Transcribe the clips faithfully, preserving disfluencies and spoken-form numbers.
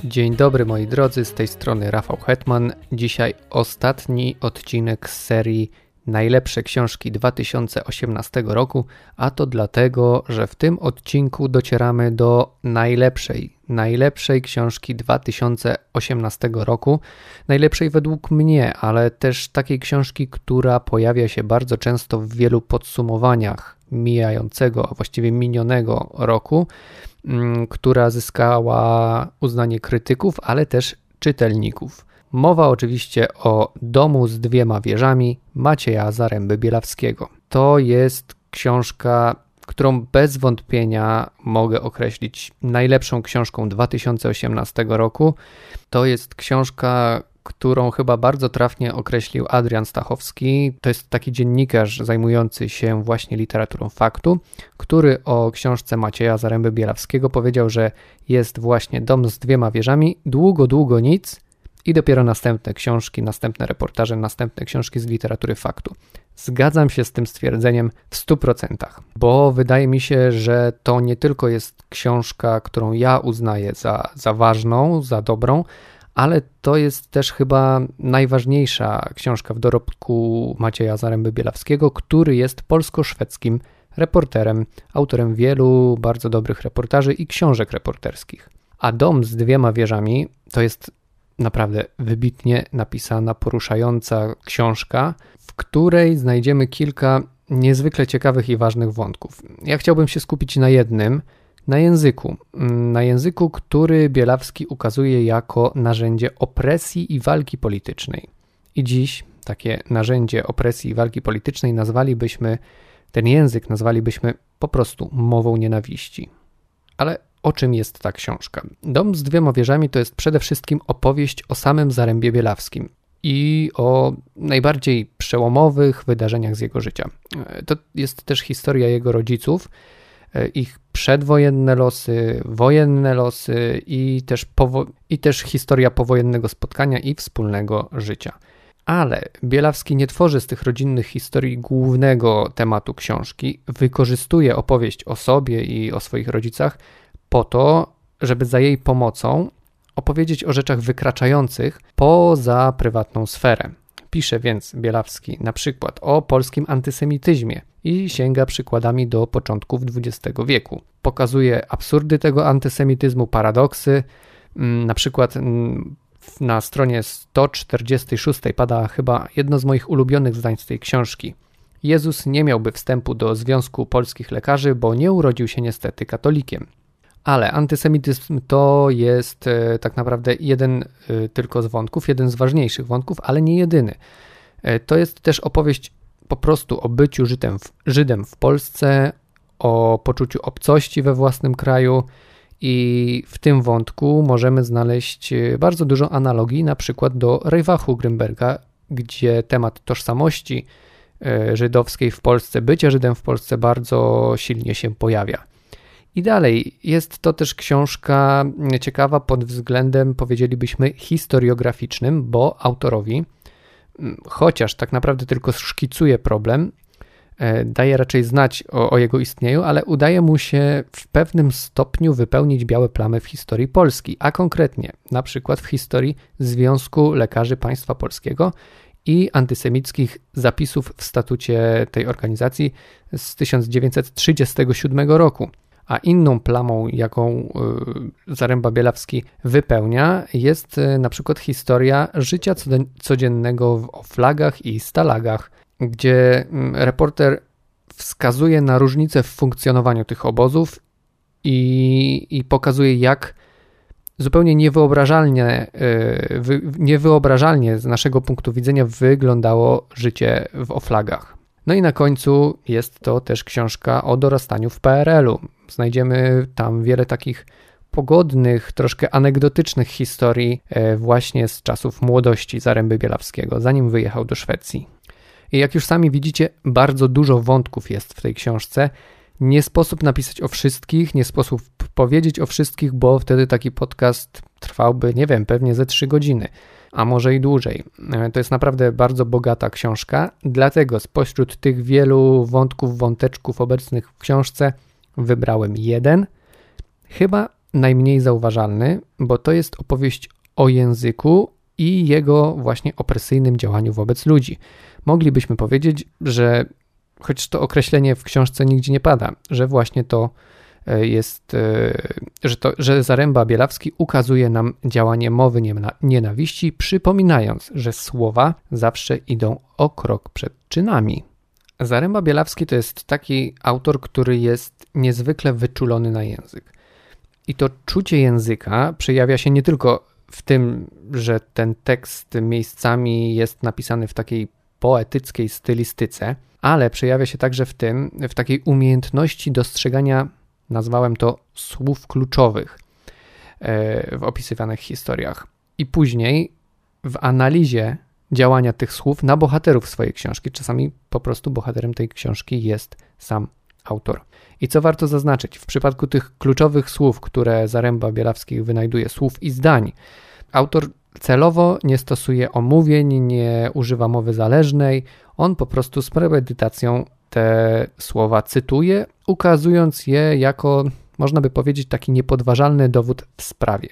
Dzień dobry moi drodzy, z tej strony Rafał Hetman. Dzisiaj ostatni odcinek z serii Najlepsze książki dwa tysiące osiemnastego roku, a to dlatego, że w tym odcinku docieramy do najlepszej, najlepszej książki dwa tysiące osiemnastego roku. Najlepszej według mnie, ale też takiej książki, która pojawia się bardzo często w wielu podsumowaniach mijającego, a właściwie minionego roku, która zyskała uznanie krytyków, ale też czytelników. Mowa oczywiście o Domu z dwiema wieżami Macieja Zaręby-Bielawskiego. To jest książka, którą bez wątpienia mogę określić najlepszą książką dwa tysiące osiemnastego roku. To jest książka, którą chyba bardzo trafnie określił Adrian Stachowski. To jest taki dziennikarz zajmujący się właśnie literaturą faktu, który o książce Macieja Zaręby-Bielawskiego powiedział, że jest właśnie Dom z dwiema wieżami, długo, długo nic i dopiero następne książki, następne reportaże, następne książki z literatury faktu. Zgadzam się z tym stwierdzeniem w stu procentach, bo wydaje mi się, że to nie tylko jest książka, którą ja uznaję za, za ważną, za dobrą, ale to jest też chyba najważniejsza książka w dorobku Macieja Zaręby-Bielawskiego, który jest polsko-szwedzkim reporterem, autorem wielu bardzo dobrych reportaży i książek reporterskich. A Dom z dwiema wieżami to jest naprawdę wybitnie napisana, poruszająca książka, w której znajdziemy kilka niezwykle ciekawych i ważnych wątków. Ja chciałbym się skupić na jednym, na języku. Na języku, który Bielawski ukazuje jako narzędzie opresji i walki politycznej. I dziś takie narzędzie opresji i walki politycznej nazwalibyśmy, ten język nazwalibyśmy po prostu mową nienawiści. Ale o czym jest ta książka? Dom z dwiema wieżami to jest przede wszystkim opowieść o samym Zarębie Bielawskim i o najbardziej przełomowych wydarzeniach z jego życia. To jest też historia jego rodziców, ich przedwojenne losy, wojenne losy i też, powo- i też historia powojennego spotkania i wspólnego życia. Ale Bielawski nie tworzy z tych rodzinnych historii głównego tematu książki, wykorzystuje opowieść o sobie i o swoich rodzicach po to, żeby za jej pomocą opowiedzieć o rzeczach wykraczających poza prywatną sferę. Pisze więc Bielawski na przykład o polskim antysemityzmie i sięga przykładami do początków dwudziestego wieku. Pokazuje absurdy tego antysemityzmu, paradoksy. Na przykład na stronie sto czterdziestej szóstej pada chyba jedno z moich ulubionych zdań z tej książki. Jezus nie miałby wstępu do Związku Polskich Lekarzy, bo nie urodził się niestety katolikiem. Ale antysemityzm to jest e, tak naprawdę jeden e, tylko z wątków, jeden z ważniejszych wątków, ale nie jedyny. E, to jest też opowieść po prostu o byciu Żydem w, Żydem w Polsce, o poczuciu obcości we własnym kraju i w tym wątku możemy znaleźć bardzo dużo analogii, na przykład do Rejwachu Grünberga, gdzie temat tożsamości e, żydowskiej w Polsce, bycia Żydem w Polsce bardzo silnie się pojawia. I dalej, jest to też książka ciekawa pod względem, powiedzielibyśmy, historiograficznym, bo autorowi, chociaż tak naprawdę tylko szkicuje problem, daje raczej znać o, o jego istnieniu, ale udaje mu się w pewnym stopniu wypełnić białe plamy w historii Polski, a konkretnie na przykład w historii Związku Lekarzy Państwa Polskiego i antysemickich zapisów w statucie tej organizacji z tysiąc dziewięćset trzydziestego siódmego roku. A inną plamą, jaką Zaręba Bielawski wypełnia, jest na przykład historia życia codziennego o flagach i stalagach, gdzie reporter wskazuje na różnice w funkcjonowaniu tych obozów i, i pokazuje, jak zupełnie niewyobrażalnie, niewyobrażalnie z naszego punktu widzenia wyglądało życie w oflagach. No i na końcu jest to też książka o dorastaniu w P R L-u. Znajdziemy tam wiele takich pogodnych, troszkę anegdotycznych historii właśnie z czasów młodości Zaręby Bielawskiego, zanim wyjechał do Szwecji. I jak już sami widzicie, bardzo dużo wątków jest w tej książce. Nie sposób napisać o wszystkich, nie sposób powiedzieć o wszystkich, bo wtedy taki podcast trwałby, nie wiem, pewnie ze trzy godziny, a może i dłużej. To jest naprawdę bardzo bogata książka, dlatego spośród tych wielu wątków, wąteczków obecnych w książce wybrałem jeden. Chyba najmniej zauważalny, bo to jest opowieść o języku i jego właśnie opresyjnym działaniu wobec ludzi. Moglibyśmy powiedzieć, że choć to określenie w książce nigdzie nie pada, że właśnie to jest, że, to, że Zaręba Bielawski ukazuje nam działanie mowy nienawiści, przypominając, że słowa zawsze idą o krok przed czynami. Zaręba Bielawski to jest taki autor, który jest niezwykle wyczulony na język. I to czucie języka przejawia się nie tylko w tym, że ten tekst miejscami jest napisany w takiej poetyckiej stylistyce, ale przejawia się także w tym, w takiej umiejętności dostrzegania, nazwałem to, słów kluczowych w opisywanych historiach. I później w analizie działania tych słów na bohaterów swojej książki. Czasami po prostu bohaterem tej książki jest sam autor. I co warto zaznaczyć, w przypadku tych kluczowych słów, które Zaręba Bielawski wynajduje, słów i zdań, autor celowo nie stosuje omówień, nie używa mowy zależnej, on po prostu z premedytacją te słowa cytuje, ukazując je jako, można by powiedzieć, taki niepodważalny dowód w sprawie.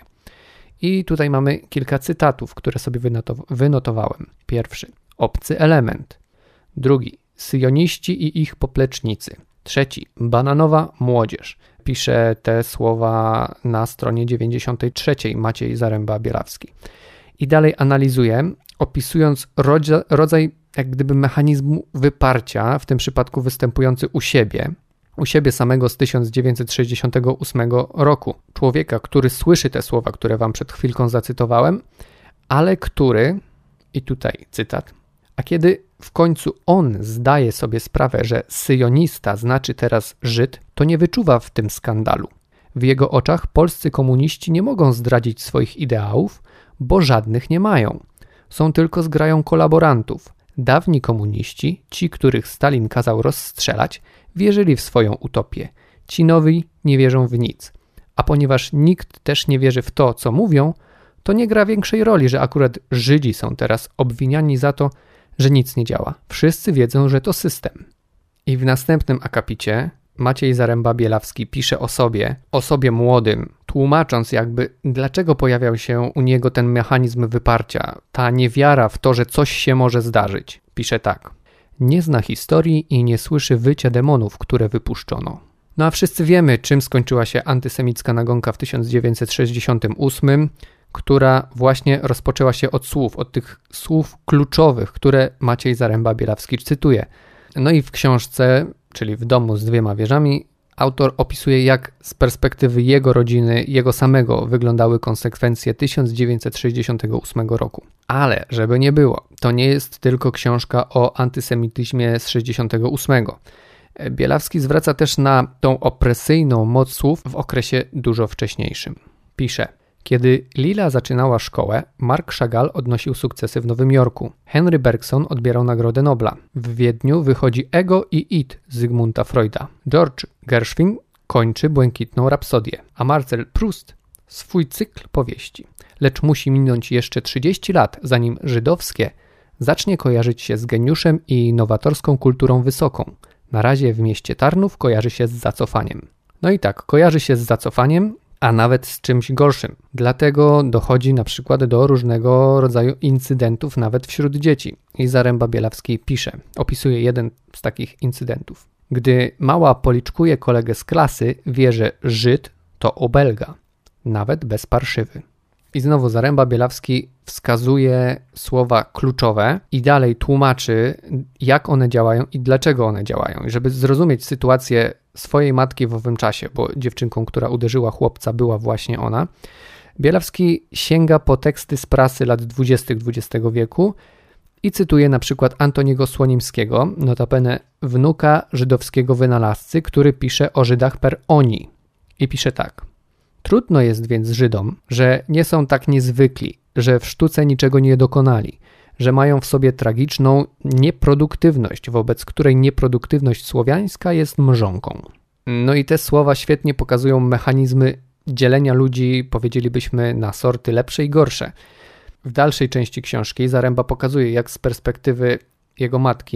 I tutaj mamy kilka cytatów, które sobie wynotowałem. Pierwszy, obcy element. Drugi, syjoniści i ich poplecznicy. Trzeci, bananowa młodzież. Pisze te słowa na stronie dziewięćdziesiątej trzeciej Maciej Zaręba Bielawski. I dalej analizuje, opisując rodza, rodzaj jak gdyby mechanizmu wyparcia, w tym przypadku występujący u siebie, u siebie samego z tysiąc dziewięćset sześćdziesiątego ósmego roku. Człowieka, który słyszy te słowa, które wam przed chwilką zacytowałem, ale który, i tutaj cytat, a kiedy w końcu on zdaje sobie sprawę, że syjonista znaczy teraz Żyd, to nie wyczuwa w tym skandalu. W jego oczach polscy komuniści nie mogą zdradzić swoich ideałów, bo żadnych nie mają. Są tylko zgrają kolaborantów. Dawni komuniści, ci, których Stalin kazał rozstrzelać, wierzyli w swoją utopię. Ci nowi nie wierzą w nic. A ponieważ nikt też nie wierzy w to, co mówią, to nie gra większej roli, że akurat Żydzi są teraz obwiniani za to, że nic nie działa. Wszyscy wiedzą, że to system. I w następnym akapicie Maciej Zaręba Bielawski pisze o sobie, o sobie młodym, tłumacząc jakby, dlaczego pojawiał się u niego ten mechanizm wyparcia, ta niewiara w to, że coś się może zdarzyć. Pisze tak. Nie zna historii i nie słyszy wycia demonów, które wypuszczono. No a wszyscy wiemy, czym skończyła się antysemicka nagonka w tysiąc dziewięćset sześćdziesiątym ósmym, która właśnie rozpoczęła się od słów, od tych słów kluczowych, które Maciej Zaręba Bielawski cytuje. No i w książce, czyli W domu z dwiema wieżami, autor opisuje, jak z perspektywy jego rodziny, jego samego wyglądały konsekwencje tysiąc dziewięćset sześćdziesiątego ósmego roku. Ale, żeby nie było, to nie jest tylko książka o antysemityzmie z sześćdziesiątego ósmego. Bielawski zwraca też na tą opresyjną moc słów w okresie dużo wcześniejszym. Pisze: kiedy Lila zaczynała szkołę, Marc Chagall odnosił sukcesy w Nowym Jorku. Henry Bergson odbierał Nagrodę Nobla. W Wiedniu wychodzi Ego i Id Zygmunta Freuda. George Gershwin kończy Błękitną Rapsodię, a Marcel Proust swój cykl powieści. Lecz musi minąć jeszcze trzydzieści lat, zanim żydowskie zacznie kojarzyć się z geniuszem i nowatorską kulturą wysoką. Na razie w mieście Tarnów kojarzy się z zacofaniem. No i tak, kojarzy się z zacofaniem, a nawet z czymś gorszym. Dlatego dochodzi na przykład do różnego rodzaju incydentów nawet wśród dzieci. I Zaręba Bielawski pisze, opisuje jeden z takich incydentów. Gdy mała policzkuje kolegę z klasy, wie, że Żyd to obelga, nawet bez parszywy. I znowu Zaręba Bielawski wskazuje słowa kluczowe i dalej tłumaczy, jak one działają i dlaczego one działają. I żeby zrozumieć sytuację swojej matki w owym czasie, bo dziewczynką, która uderzyła chłopca, była właśnie ona, Bielawski sięga po teksty z prasy lat dwudziestych dwudziestego wieku i cytuje na przykład Antoniego Słonimskiego, notabene wnuka żydowskiego wynalazcy, który pisze o Żydach per oni. I pisze tak. Trudno jest więc Żydom, że nie są tak niezwykli, że w sztuce niczego nie dokonali, że mają w sobie tragiczną nieproduktywność, wobec której nieproduktywność słowiańska jest mrzonką. No i te słowa świetnie pokazują mechanizmy dzielenia ludzi, powiedzielibyśmy, na sorty lepsze i gorsze. W dalszej części książki Zaręba pokazuje, jak z perspektywy jego matki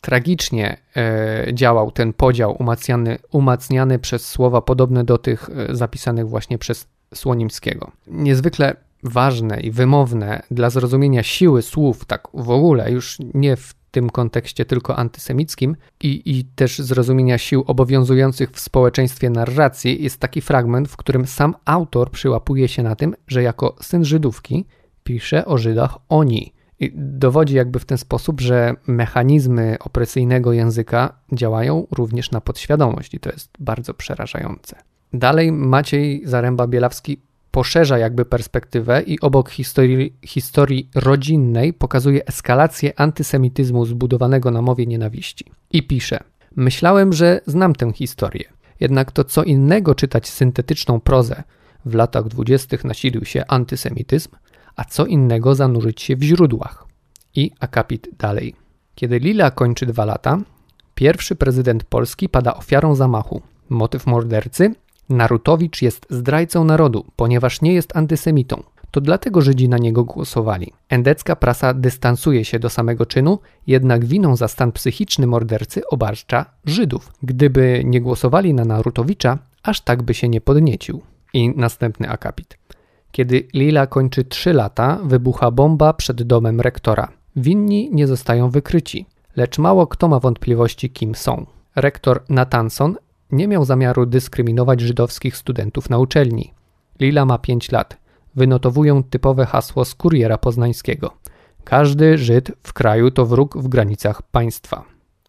tragicznie e, działał ten podział umacniany, umacniany przez słowa podobne do tych e, zapisanych właśnie przez Słonimskiego. Niezwykle ważne i wymowne dla zrozumienia siły słów, tak w ogóle, już nie w tym kontekście tylko antysemickim i, i też zrozumienia sił obowiązujących w społeczeństwie narracji, jest taki fragment, w którym sam autor przyłapuje się na tym, że jako syn Żydówki pisze o Żydach oni. I dowodzi jakby w ten sposób, że mechanizmy opresyjnego języka działają również na podświadomość i to jest bardzo przerażające. Dalej Maciej Zaręba-Bielawski poszerza jakby perspektywę i obok historii, historii rodzinnej pokazuje eskalację antysemityzmu zbudowanego na mowie nienawiści. I pisze: myślałem, że znam tę historię, jednak to co innego czytać syntetyczną prozę. W latach dwudziestych nasilił się antysemityzm, a co innego zanurzyć się w źródłach. I akapit dalej. Kiedy Lila kończy dwa lata, pierwszy prezydent Polski pada ofiarą zamachu. Motyw mordercy? Narutowicz jest zdrajcą narodu, ponieważ nie jest antysemitą. To dlatego Żydzi na niego głosowali. Endecka prasa dystansuje się do samego czynu, jednak winą za stan psychiczny mordercy obarcza Żydów. Gdyby nie głosowali na Narutowicza, aż tak by się nie podniecił. I następny akapit. Kiedy Lila kończy trzy lata, wybucha bomba przed domem rektora. Winni nie zostają wykryci, lecz mało kto ma wątpliwości, kim są. Rektor Natanson nie miał zamiaru dyskryminować żydowskich studentów na uczelni. Lila ma pięć lat. Wynotowują typowe hasło z Kuriera Poznańskiego. Każdy Żyd w kraju to wróg w granicach państwa.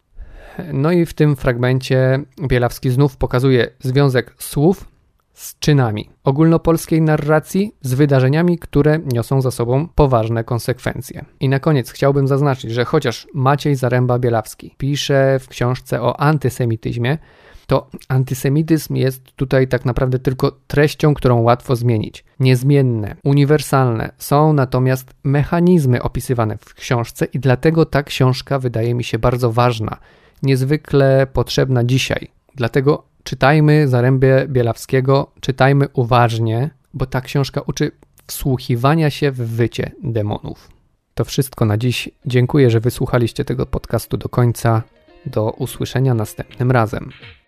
No i w tym fragmencie Bielawski znów pokazuje związek słów z czynami ogólnopolskiej narracji, z wydarzeniami, które niosą za sobą poważne konsekwencje. I na koniec chciałbym zaznaczyć, że chociaż Maciej Zaręba-Bielawski pisze w książce o antysemityzmie, to antysemityzm jest tutaj tak naprawdę tylko treścią, którą łatwo zmienić. Niezmienne, uniwersalne są natomiast mechanizmy opisywane w książce i dlatego ta książka wydaje mi się bardzo ważna, niezwykle potrzebna dzisiaj. Dlatego czytajmy Zarębę Bielawskiego, czytajmy uważnie, bo ta książka uczy wsłuchiwania się w wycie demonów. To wszystko na dziś. Dziękuję, że wysłuchaliście tego podcastu do końca. Do usłyszenia następnym razem.